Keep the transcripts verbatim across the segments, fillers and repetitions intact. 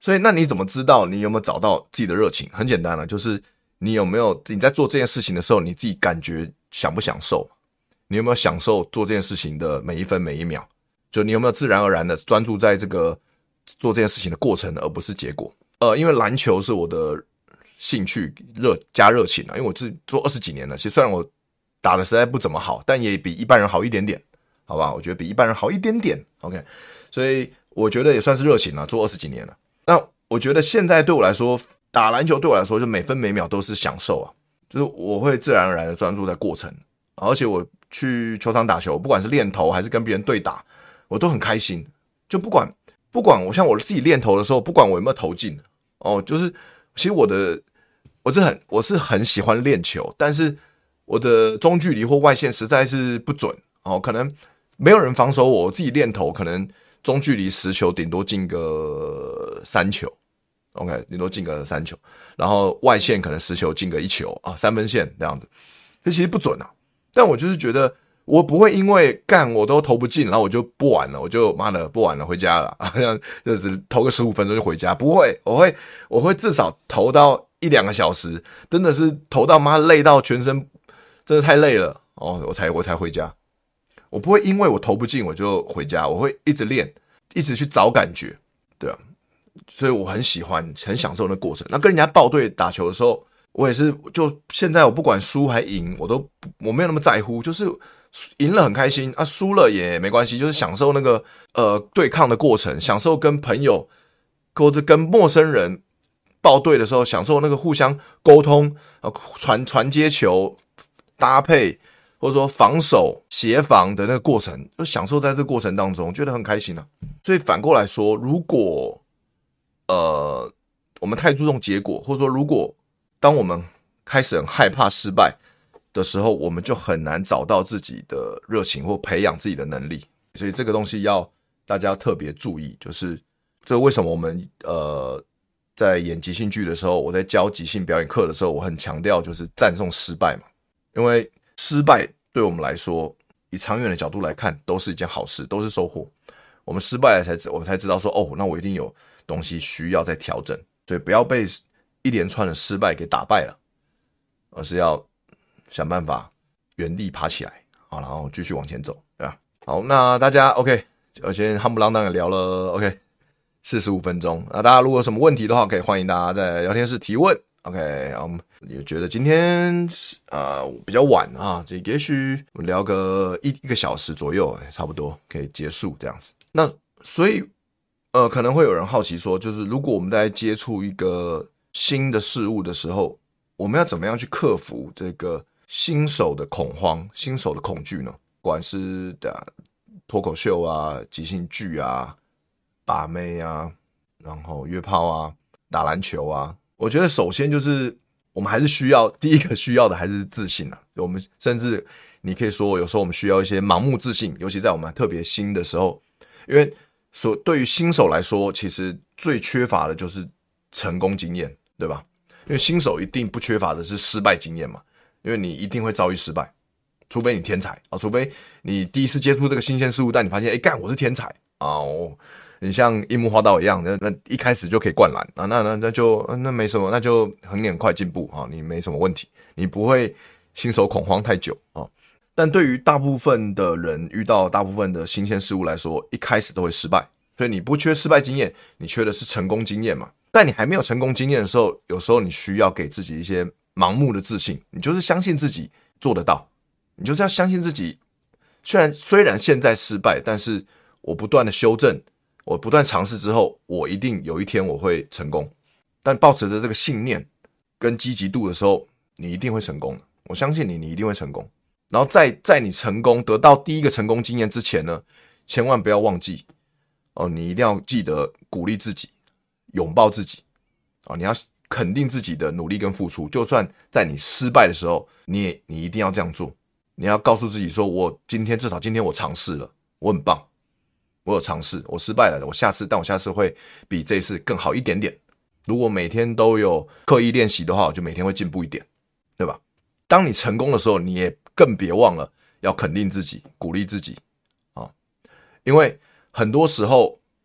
所以那你怎么知道你有没有找到自己的热情？很简单了，就是你有没有你在做这件事情的时候，你自己感觉享不享受？你有没有享受做这件事情的每一分每一秒？就你有没有自然而然的专注在这个做这件事情的过程，而不是结果？呃，因为篮球是我的兴趣热加热情啊，因为我自做二十几年了，其实虽然我打的实在不怎么好，但也比一般人好一点点，好吧？我觉得比一般人好一点点 ，OK。所以我觉得也算是热情了，做二十几年了。那我觉得现在对我来说，打篮球对我来说，就每分每秒都是享受啊，就是我会自然而然的专注在过程，而且我去球场打球，不管是练投还是跟别人对打，我都很开心。就不管不管我像我自己练投的时候，不管我有没有投进哦，就是其实我的我是很我是很喜欢练球，但是我的中距离或外线实在是不准哦，可能没有人防守我，我自己练投可能中距离十球顶多进个三球 ，OK， 顶多进个三球，然后外线可能十球进个一球啊，三分线这样子，这其实不准啊。但我就是觉得我不会因为干我都投不进，然后我就不玩了，我就妈的不玩了，回家了，好像就是投个十五分钟就回家，不会，我会我会至少投到一两个小时，真的是投到妈累到全身，真的太累了哦，我才我才回家。我不会因为我投不进我就回家，我会一直练，一直去找感觉，对啊，所以我很喜欢，很享受那过程。那跟人家报队打球的时候，我也是，就现在我不管输还赢，我都我没有那么在乎，就是赢了很开心啊，输了也没关系，就是享受那个呃对抗的过程，享受跟朋友或者跟陌生人报队的时候，享受那个互相沟通啊，传传接球搭配。或者说防守协防的那个过程，就享受在这个过程当中，觉得很开心啊。所以反过来说，如果呃我们太注重结果，或者说如果当我们开始很害怕失败的时候，我们就很难找到自己的热情或培养自己的能力。所以这个东西要大家特别注意，就是这为什么我们呃在演即兴剧的时候，我在教即兴表演课的时候，我很强调就是赞颂失败嘛，因为失败对我们来说，以长远的角度来看，都是一件好事，都是收获。我们失败了才，我们才知道说，哦，那我一定有东西需要再调整。所以不要被一连串的失败给打败了，而是要想办法原地爬起来，好，然后继续往前走，对吧？好，那大家 OK， 而且夯不啷当也聊了 OK 四十五分钟。那大家如果有什么问题的话，可以欢迎大家在聊天室提问。OK， 我们也觉得今天呃比较晚啊，这也许我们聊个一一个小时左右，差不多可以结束这样子。那所以呃可能会有人好奇说，就是如果我们在接触一个新的事物的时候，我们要怎么样去克服这个新手的恐慌、新手的恐惧呢？不管是的脱口秀啊、即兴剧啊、把妹啊，然后约炮啊、打篮球啊。我觉得首先就是我们还是需要第一个需要的还是自信啊。我们甚至你可以说有时候我们需要一些盲目自信，尤其在我们特别新的时候，因为所对于新手来说，其实最缺乏的就是成功经验，对吧？因为新手一定不缺乏的是失败经验嘛，因为你一定会遭遇失败，除非你天才啊，除非你第一次接触这个新鲜事物，但你发现哎干我是天才啊哦。你像樱木花道一样，那那一开始就可以灌篮啊，那那那就那没什么，那就很很快进步啊，你没什么问题，你不会新手恐慌太久啊。但对于大部分的人遇到大部分的新鲜事物来说，一开始都会失败，所以你不缺失败经验，你缺的是成功经验嘛。但你还没有成功经验的时候，有时候你需要给自己一些盲目的自信，你就是相信自己做得到，你就是要相信自己，虽然虽然现在失败，但是我不断的修正。我不断尝试之后，我一定有一天我会成功。但抱持着这个信念跟积极度的时候，你一定会成功的。我相信你，你一定会成功。然后在在你成功得到第一个成功经验之前呢，千万不要忘记哦，你一定要记得鼓励自己，拥抱自己哦，你要肯定自己的努力跟付出。就算在你失败的时候，你也你一定要这样做。你要告诉自己说，我今天至少今天我尝试了，我很棒。我有尝试，我失败了，我下次，但我下次会比这一次更好一点点。如果每天都有刻意练习的话，我就每天会进步一点，对吧？当你成功的时候，你也更别忘了要肯定自己，鼓励自己啊！因为很多时候，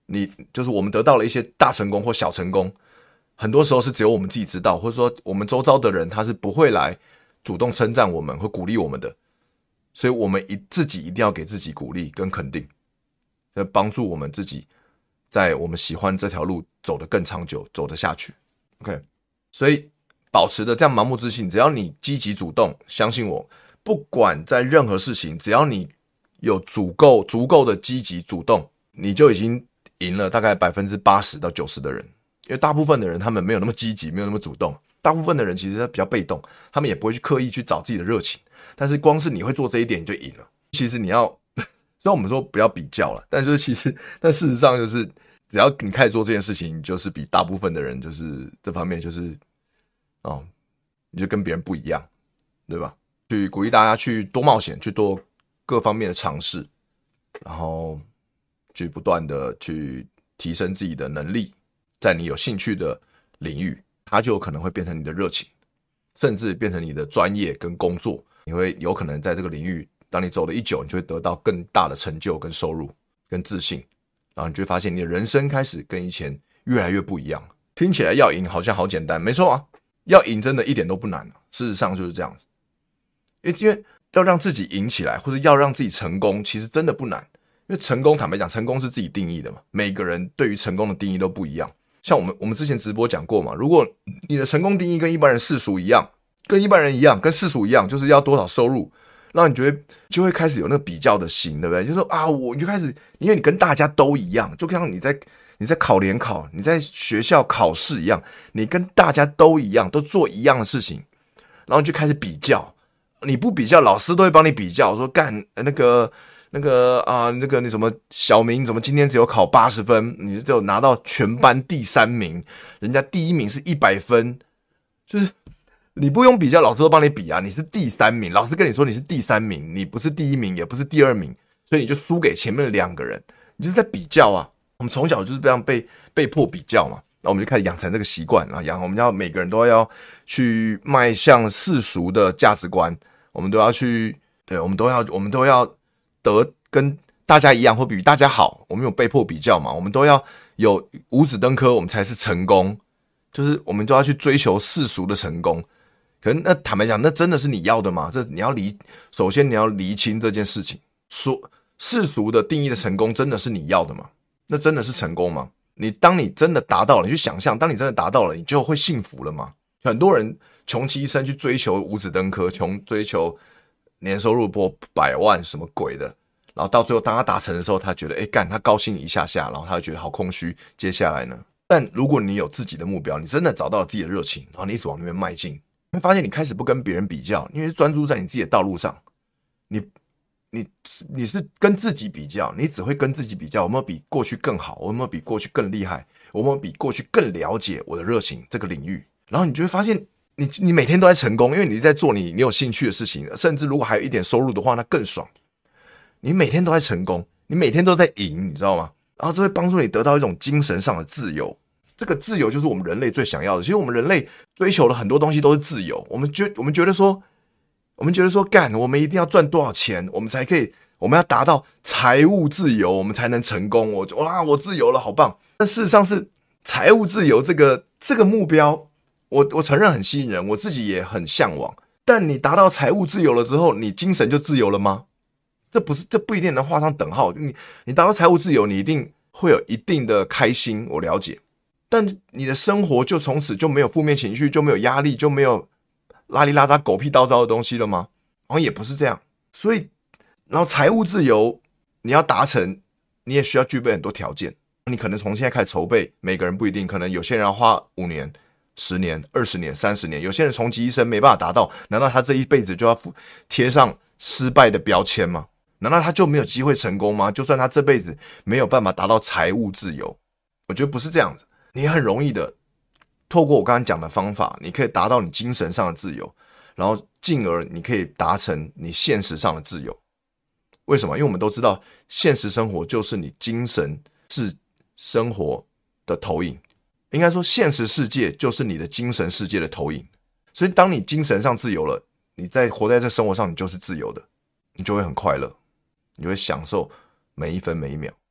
你就是我们得到了一些大成功或小成功，很多时候是只有我们自己知道，或者说我们周遭的人他是不会来主动称赞我们或鼓励我们的，所以我们一自己一定要给自己鼓励跟肯定，来帮助我们自己在我们喜欢这条路走得更长久，走得下去。OK， 所以保持着这样盲目自信，只要你积极主动，相信我，不管在任何事情，只要你有足够足够的积极主动，你就已经赢了大概 百分之八十到九十 的人。因为大部分的人他们没有那么积极，没有那么主动，大部分的人其实比较被动，他们也不会去刻意去找自己的热情，但是光是你会做这一点你就赢了。其实你要虽然我们说不要比较了，但就是其实但事实上就是只要你开始做这件事情，你就是比大部分的人就是这方面就是哦，你就跟别人不一样，对吧？去鼓励大家去多冒险，去多各方面的尝试，然后去不断的去提升自己的能力，在你有兴趣的领域，它就有可能会变成你的热情，甚至变成你的专业跟工作。你会有可能在这个领域，当你走了一久，你就会得到更大的成就跟收入跟自信，然后你就会发现你的人生开始跟以前越来越不一样。听起来要赢好像好简单，没错啊，要赢真的一点都不难啊，事实上就是这样子。因为要让自己赢起来，或者要让自己成功，其实真的不难。因为成功，坦白讲，成功是自己定义的嘛，每个人对于成功的定义都不一样。像我们我们之前直播讲过嘛，如果你的成功定义跟一般人世俗一样，跟一般人一样，跟世俗一样，就是要多少收入，然后你觉得就会开始有那个比较的心，对不对？就是说啊，我你就开始，因为你跟大家都一样，就像你在你在考联考，你在学校考试一样，你跟大家都一样，都做一样的事情，然后你就开始比较。你不比较，老师都会帮你比较，说干那个那个啊，那个你什么小明怎么今天只有考八十分，你只有拿到全班第三名，人家第一名是一百分，就是你不用比较，老师都帮你比啊，你是第三名，老师跟你说你是第三名，你不是第一名，也不是第二名，所以你就输给前面的两个人，你就是在比较啊。我们从小就是这样被被迫比较嘛。那我们就开始养成这个习惯啊，养我们要每个人都要去迈向世俗的价值观，我们都要去，对，我们都要，我们都要得跟大家一样，或比大家好。我们有被迫比较嘛，我们都要有五子登科，我们才是成功。就是我们都要去追求世俗的成功。可能那坦白讲，那真的是你要的吗？这你要厘，首先你要厘清这件事情，说世俗的定义的成功真的是你要的吗？那真的是成功吗？你当你真的达到了，你去想象，当你真的达到了，你就会幸福了吗？很多人穷其一生去追求五子登科，穷追求年收入破百万什么鬼的，然后到最后当他达成的时候，他觉得哎干，他高兴一下下，然后他就觉得好空虚。接下来呢？但如果你有自己的目标，你真的找到了自己的热情，然后你一直往那边迈进，你会发现你开始不跟别人比较，因为专注在你自己的道路上。你你你是跟自己比较，你只会跟自己比较，我有没有比过去更好？我有没有比过去更厉害？我有没有比过去更了解我的热情这个领域？然后你就会发现你，你每天都在成功，因为你在做你你有兴趣的事情，甚至如果还有一点收入的话，那更爽。你每天都在成功，你每天都在赢，你知道吗？然后这会帮助你得到一种精神上的自由。这个自由就是我们人类最想要的。其实我们人类追求的很多东西都是自由。我们觉我们觉得说。我们觉得说干，我们一定要赚多少钱，我们才可以，我们要达到财务自由，我们才能成功。我哇，我自由了，好棒！但事实上是财务自由这个这个目标，我我承认很吸引人，我自己也很向往。但你达到财务自由了之后，你精神就自由了吗？这不是，这不一定能画上等号。你你达到财务自由，你一定会有一定的开心，我了解。但你的生活就从此就没有负面情绪，就没有压力，就没有拉里拉杂狗屁叨糟的东西了吗？好像也不是这样。所以然后财务自由你要达成，你也需要具备很多条件。你可能从现在开始筹备，每个人不一定，可能有些人要花五年、十年、二十年、三十年，有些人穷极一生没办法达到，难道他这一辈子就要贴上失败的标签吗？难道他就没有机会成功吗？就算他这辈子没有办法达到财务自由，我觉得不是这样子。你很容易的透过我刚刚讲的方法，你可以达到你精神上的自由，然后进而你可以达成你现实上的自由。为什么？因为我们都知道现实生活就是你精神是生活的投影，应该说现实世界就是你的精神世界的投影。所以当你精神上自由了，你在活在这生活上你就是自由的，你就会很快乐，你就会享受每一分每一秒。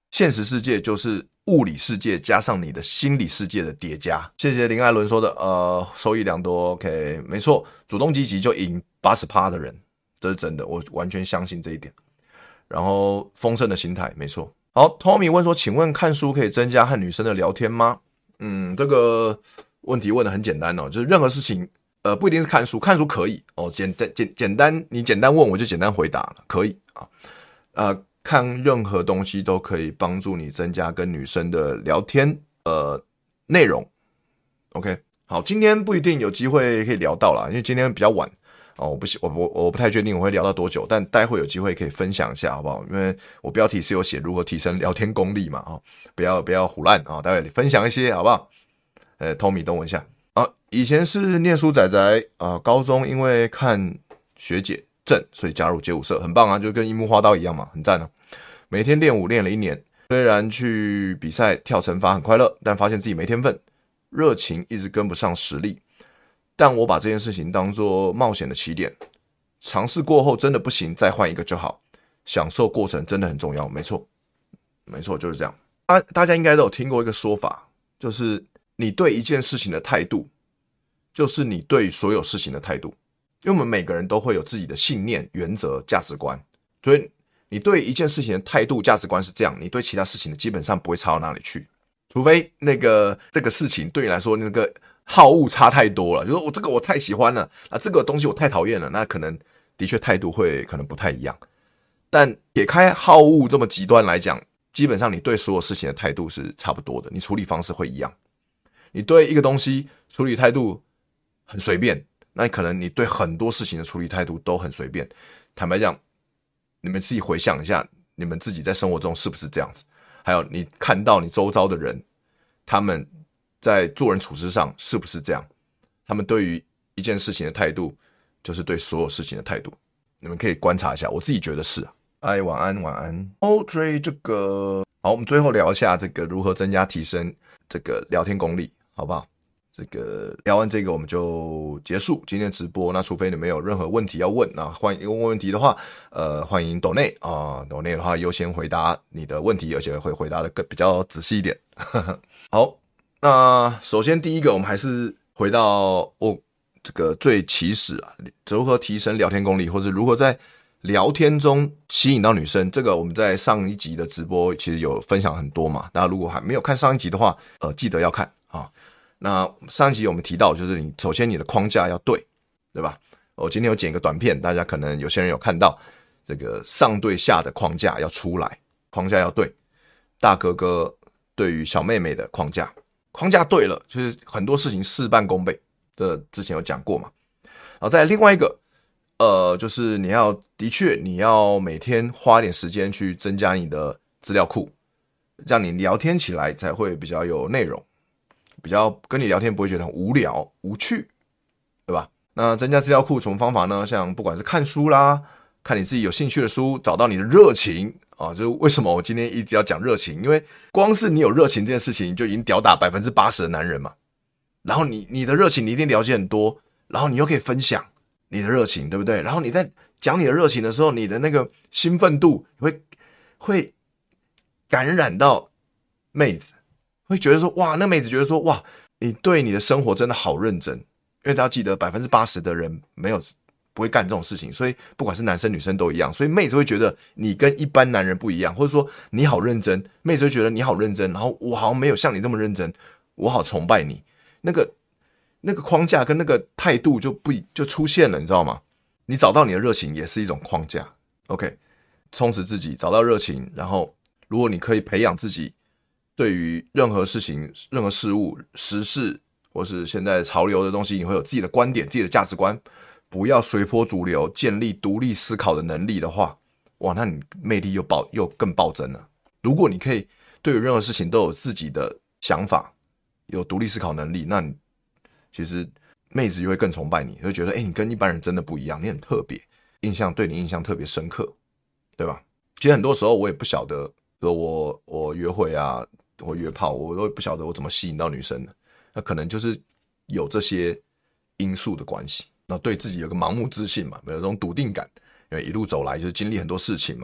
现实世界就是物理世界加上你的心理世界的叠加。谢谢林艾伦说的，呃，收益良多 ，OK， 没错，主动积极就赢 百分之八十 的人，这是真的，我完全相信这一点。然后丰盛的心态，没错。好 ，Tommy 问说，请问看书可以增加和女生的聊天吗？嗯，这个问题问得很简单哦，就是任何事情，呃，不一定是看书，看书可以哦，简单简简单，你简单问我就简单回答了，可以啊，呃，看任何东西都可以帮助你增加跟女生的聊天呃内容。OK， 好，今天不一定有机会可以聊到啦，因为今天比较晚。哦，我不我我我不太确定我会聊到多久，但待会有机会可以分享一下，好不好？因为我标题是有写如何提升聊天功力嘛，哦，不要不要唬烂啊，待会分享一些，好不好？呃 ，Tommy 等我一下啊，以前是念书仔仔啊，高中因为看学姐正，所以加入街舞社，很棒啊，就跟樱木花道一样嘛，很赞啊。每天练舞练了一年，虽然去比赛跳惩罚很快乐，但发现自己没天分，热情一直跟不上实力。但我把这件事情当作冒险的起点，尝试过后真的不行，再换一个就好。享受过程真的很重要，没错，没错，就是这样。大大家应该都有听过一个说法，就是你对一件事情的态度，就是你对所有事情的态度。因为我们每个人都会有自己的信念、原则、价值观，所以你对一件事情的态度、价值观是这样，你对其他事情的基本上不会差到哪里去，除非那个这个事情对你来说那个好恶差太多了，就是我这个我太喜欢了啊，这个东西我太讨厌了，那可能的确态度会可能不太一样。但撇开好恶这么极端来讲，基本上你对所有事情的态度是差不多的，你处理方式会一样。你对一个东西处理态度很随便，那可能你对很多事情的处理态度都很随便。坦白讲，你们自己回想一下，你们自己在生活中是不是这样子？还有你看到你周遭的人，他们在做人处事上是不是这样？他们对于一件事情的态度，就是对所有事情的态度。你们可以观察一下，我自己觉得是啊。哎，晚安，晚安。Audrey， 这个好，我们最后聊一下这个如何增加提升这个聊天功力，好不好？这个聊完这个我们就结束今天的直播。那除非你们有任何问题要问，那欢迎问问题的话，呃，欢迎抖内啊，抖内的话优先回答你的问题，而且会回答的更比较仔细一点。好，那首先第一个，我们还是回到哦这个最起始啊，如何提升聊天功力，或者如何在聊天中吸引到女生。这个我们在上一集的直播其实有分享很多嘛，大家如果还没有看上一集的话，呃，记得要看啊。那上一集我们提到，就是你首先你的框架要对，对吧？我今天有剪一个短片，大家可能有些人有看到，这个上对下的框架要出来，框架要对。大哥哥对于小妹妹的框架，框架对了，就是很多事情事半功倍，这之前有讲过嘛。然后再来另外一个，呃，就是你要的确你要每天花一点时间去增加你的资料库，让你聊天起来才会比较有内容。比较跟你聊天不会觉得很无聊无趣，对吧？那增加资料库什么方法呢？像不管是看书啦，看你自己有兴趣的书，找到你的热情啊，就是为什么我今天一直要讲热情，因为光是你有热情这件事情就已经吊打 百分之八十 的男人嘛。然后你你的热情你一定了解很多，然后你又可以分享你的热情，对不对？然后你在讲你的热情的时候，你的那个兴奋度会会感染到妹子。会觉得说，哇，那妹子觉得说，哇，你对你的生活真的好认真，因为大家记得 百分之八十 的人没有不会干这种事情，所以不管是男生女生都一样，所以妹子会觉得你跟一般男人不一样，或者说你好认真，妹子会觉得你好认真，然后我好像没有像你这么认真，我好崇拜你，那个那个框架跟那个态度就不就出现了，你知道吗？你找到你的热情也是一种框架 ，OK， 充实自己，找到热情，然后如果你可以培养自己。对于任何事情、任何事物、时事，或是现在潮流的东西，你会有自己的观点、自己的价值观，不要随波逐流，建立独立思考的能力的话，哇，那你魅力又暴又更暴增了。如果你可以对于任何事情都有自己的想法，有独立思考能力，那你其实妹子就会更崇拜你，会觉得，哎，你跟一般人真的不一样，你很特别，印象对你印象特别深刻，对吧？其实很多时候我也不晓得，说我我约会啊。或约炮，我都不晓得我怎么吸引到女生的，那可能就是有这些因素的关系。那对自己有个盲目自信嘛，有这种笃定感，因为一路走来就是经历很多事情嘛，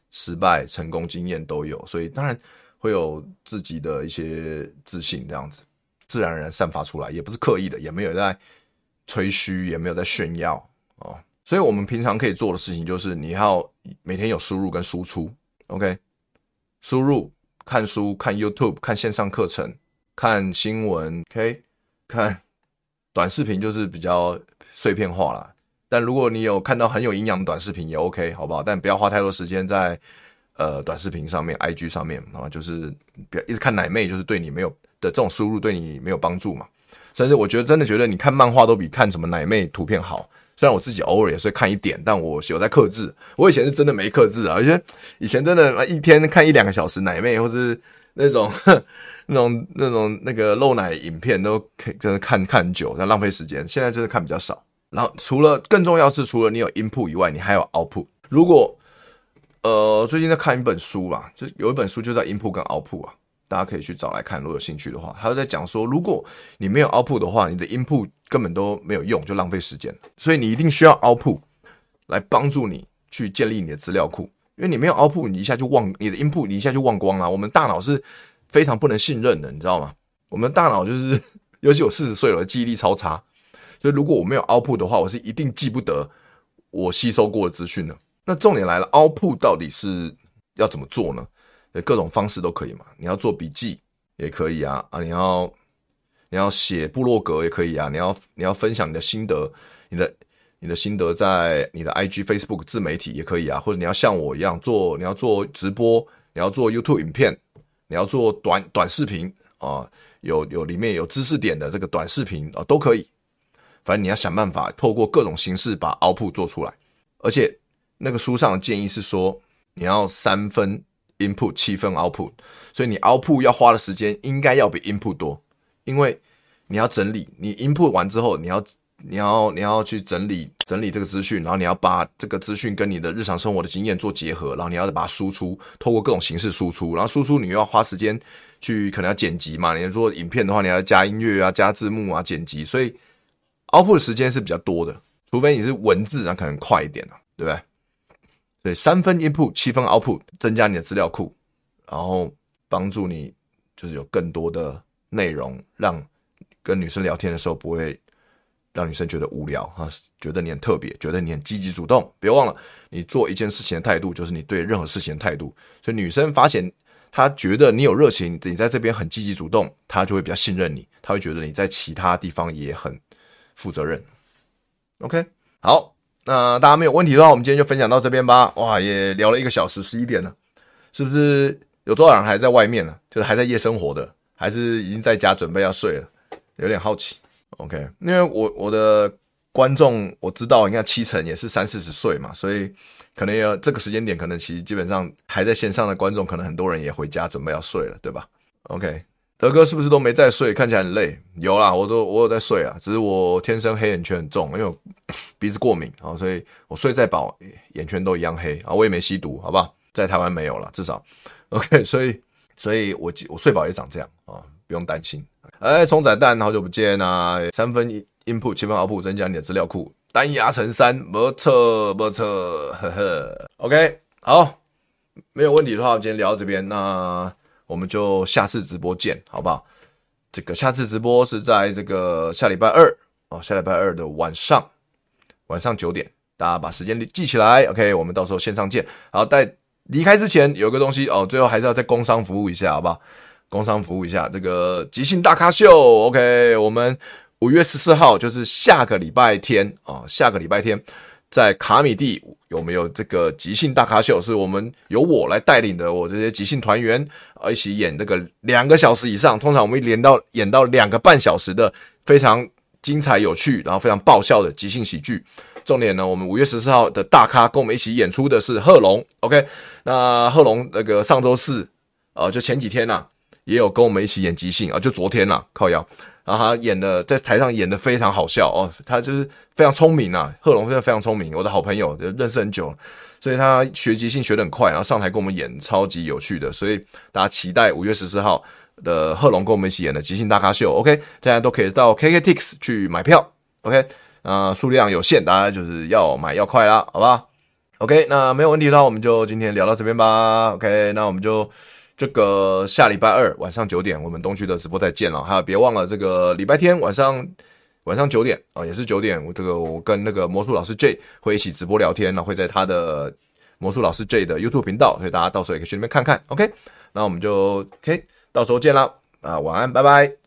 失败、成功经验都有，所以当然会有自己的一些自信，这样子自然而然散发出来，也不是刻意的，也没有在吹嘘，也没有在炫耀哦。所以我们平常可以做的事情就是你要每天有输入跟输出 ，OK？ 输入看书、看 YouTube、看线上课程、看新闻 ，OK？ 看短视频就是比较碎片化啦。但如果你有看到很有营养的短视频也 OK， 好不好？但不要花太多时间在呃短视频上面 ，I G 上面啊，就是不要一直看奶妹，就是对你没有的这种输入对你没有帮助嘛。甚至我觉得真的觉得你看漫画都比看什么奶妹图片好。虽然我自己偶尔也是看一点，但我有在克制。我以前是真的没克制啊，而且以前真的一天看一两个小时奶妹，或是那种那种那种那个露奶影片，都可以真的看看很久，但浪费时间。现在真的看比较少。然后除了更重要是，除了你有 input 以外，你还有 output。如果呃最近在看一本书啦，就有一本书就在 input 跟 output 啊，大家可以去找来看，如果有兴趣的话。他就在讲说，如果你没有 output 的话，你的 input 根本都没有用，就浪费时间。所以你一定需要 output 来帮助你去建立你的资料库，因为你没有 output， 你一下就忘你的 input， 你一下就忘光了。我们大脑是非常不能信任的，你知道吗？我们的大脑就是，尤其我四十岁了，记忆力超差。所以如果我没有 output 的话，我是一定记不得我吸收过的资讯的。那重点来了 ，output 到底是要怎么做呢？各种方式都可以嘛，你要做笔记也可以啊，啊，你要你要写部落格也可以啊，你要你要分享你的心得，你的你的心得在你的 I G、Facebook 自媒体也可以啊，或者你要像我一样做，你要做直播，你要做 YouTube 影片，你要做短短视频啊，有有里面有知识点的这个短视频啊，都可以。反正你要想办法透过各种形式把 output 做出来，而且那个书上的建议是说，你要三分 input 七分 output， 所以你 output 要花的时间应该要比 input 多，因为你要整理，你 input 完之后，你要你要你要去整理整理这个资讯，然后你要把这个资讯跟你的日常生活的经验做结合，然后你要把它输出，透过各种形式输出，然后输出你又要花时间去可能要剪辑嘛，你如果影片的话，你要加音乐啊、加字幕啊、剪辑，所以 output 的时间是比较多的，除非你是文字，那可能快一点啊，对不对？所以三分 input 七分 output， 增加你的资料库，然后帮助你就是有更多的内容，让跟女生聊天的时候不会让女生觉得无聊啊，觉得你很特别，觉得你很积极主动。别忘了，你做一件事情的态度就是你对任何事情的态度。所以女生发现她觉得你有热情，你在这边很积极主动，她就会比较信任你，她会觉得你在其他地方也很负责任。OK， 好，那大家没有问题的话，我们今天就分享到这边吧。哇，也聊了一个小时，十一点了，是不是有多少人还在外面呢？就是还在夜生活的，还是已经在家准备要睡了？有点好奇。OK， 因为我我的观众我知道，你看七成也是三四十岁嘛，所以可能有这个时间点，可能其实基本上还在线上的观众，可能很多人也回家准备要睡了，对吧 ？OK， 德哥是不是都没在睡？看起来很累。有啦，我都我有在睡啊，只是我天生黑眼圈很重，因为我鼻子过敏啊，所以我睡再饱眼圈都一样黑啊。我也没吸毒，好不好？在台湾没有啦，至少 OK， 所以所以我我睡饱也长这样啊，不用担心。哎，冲仔蛋，好久不见啊！三分 input 七分 output， 增加你的资料库，单压成三，没错没错，呵呵。OK， 好，没有问题的话，我们今天聊到这边，那我们就下次直播见，好不好？这个下次直播是在这个下礼拜二哦，下礼拜二的晚上，晚上九点，大家把时间记起来 ，OK， 我们到时候线上见。好，在离开之前有个东西哦，最后还是要再工商服务一下，好不好？工商服务一下这个即兴大咖秀 ，OK， 我们五月十四号就是下个礼拜天啊、哦，下个礼拜天在卡米地有没有这个即兴大咖秀？是我们由我来带领的，我这些即兴团员一起演这个两个小时以上，通常我们连到演到两个半小时的非常精彩有趣，然后非常爆笑的即兴喜剧。重点呢，我们五月十四号的大咖跟我们一起演出的是贺龙 ，OK， 那贺龙那个上周四呃就前几天啊。也有跟我们一起演即兴啊，就昨天啦，靠腰，然后他演的在台上演的非常好笑哦，他就是非常聪明啊，贺龙真的非常聪明，我的好朋友认识很久，所以他学即兴学得很快，然后上台跟我们演超级有趣的，所以大家期待五月十四号的贺龙跟我们一起演的即兴大咖秀 ，OK， 大家都可以到 K K Tix 去买票 ，OK， 呃，数量有限，大家就是要买要快啦，好不好 OK，那没有问题的话，我们就今天聊到这边吧。OK，那我们就这个下礼拜二晚上九点，我们东区的直播再见了。还有别忘了这个礼拜天晚上晚上九点啊、哦，也是九点，我这个我跟那个魔术老师 J 会一起直播聊天，然后会在他的魔术老师 J 的 YouTube 频道，所以大家到时候也可以去那边看看。OK，那我们就 OK，到时候见啦啊，晚安，拜拜。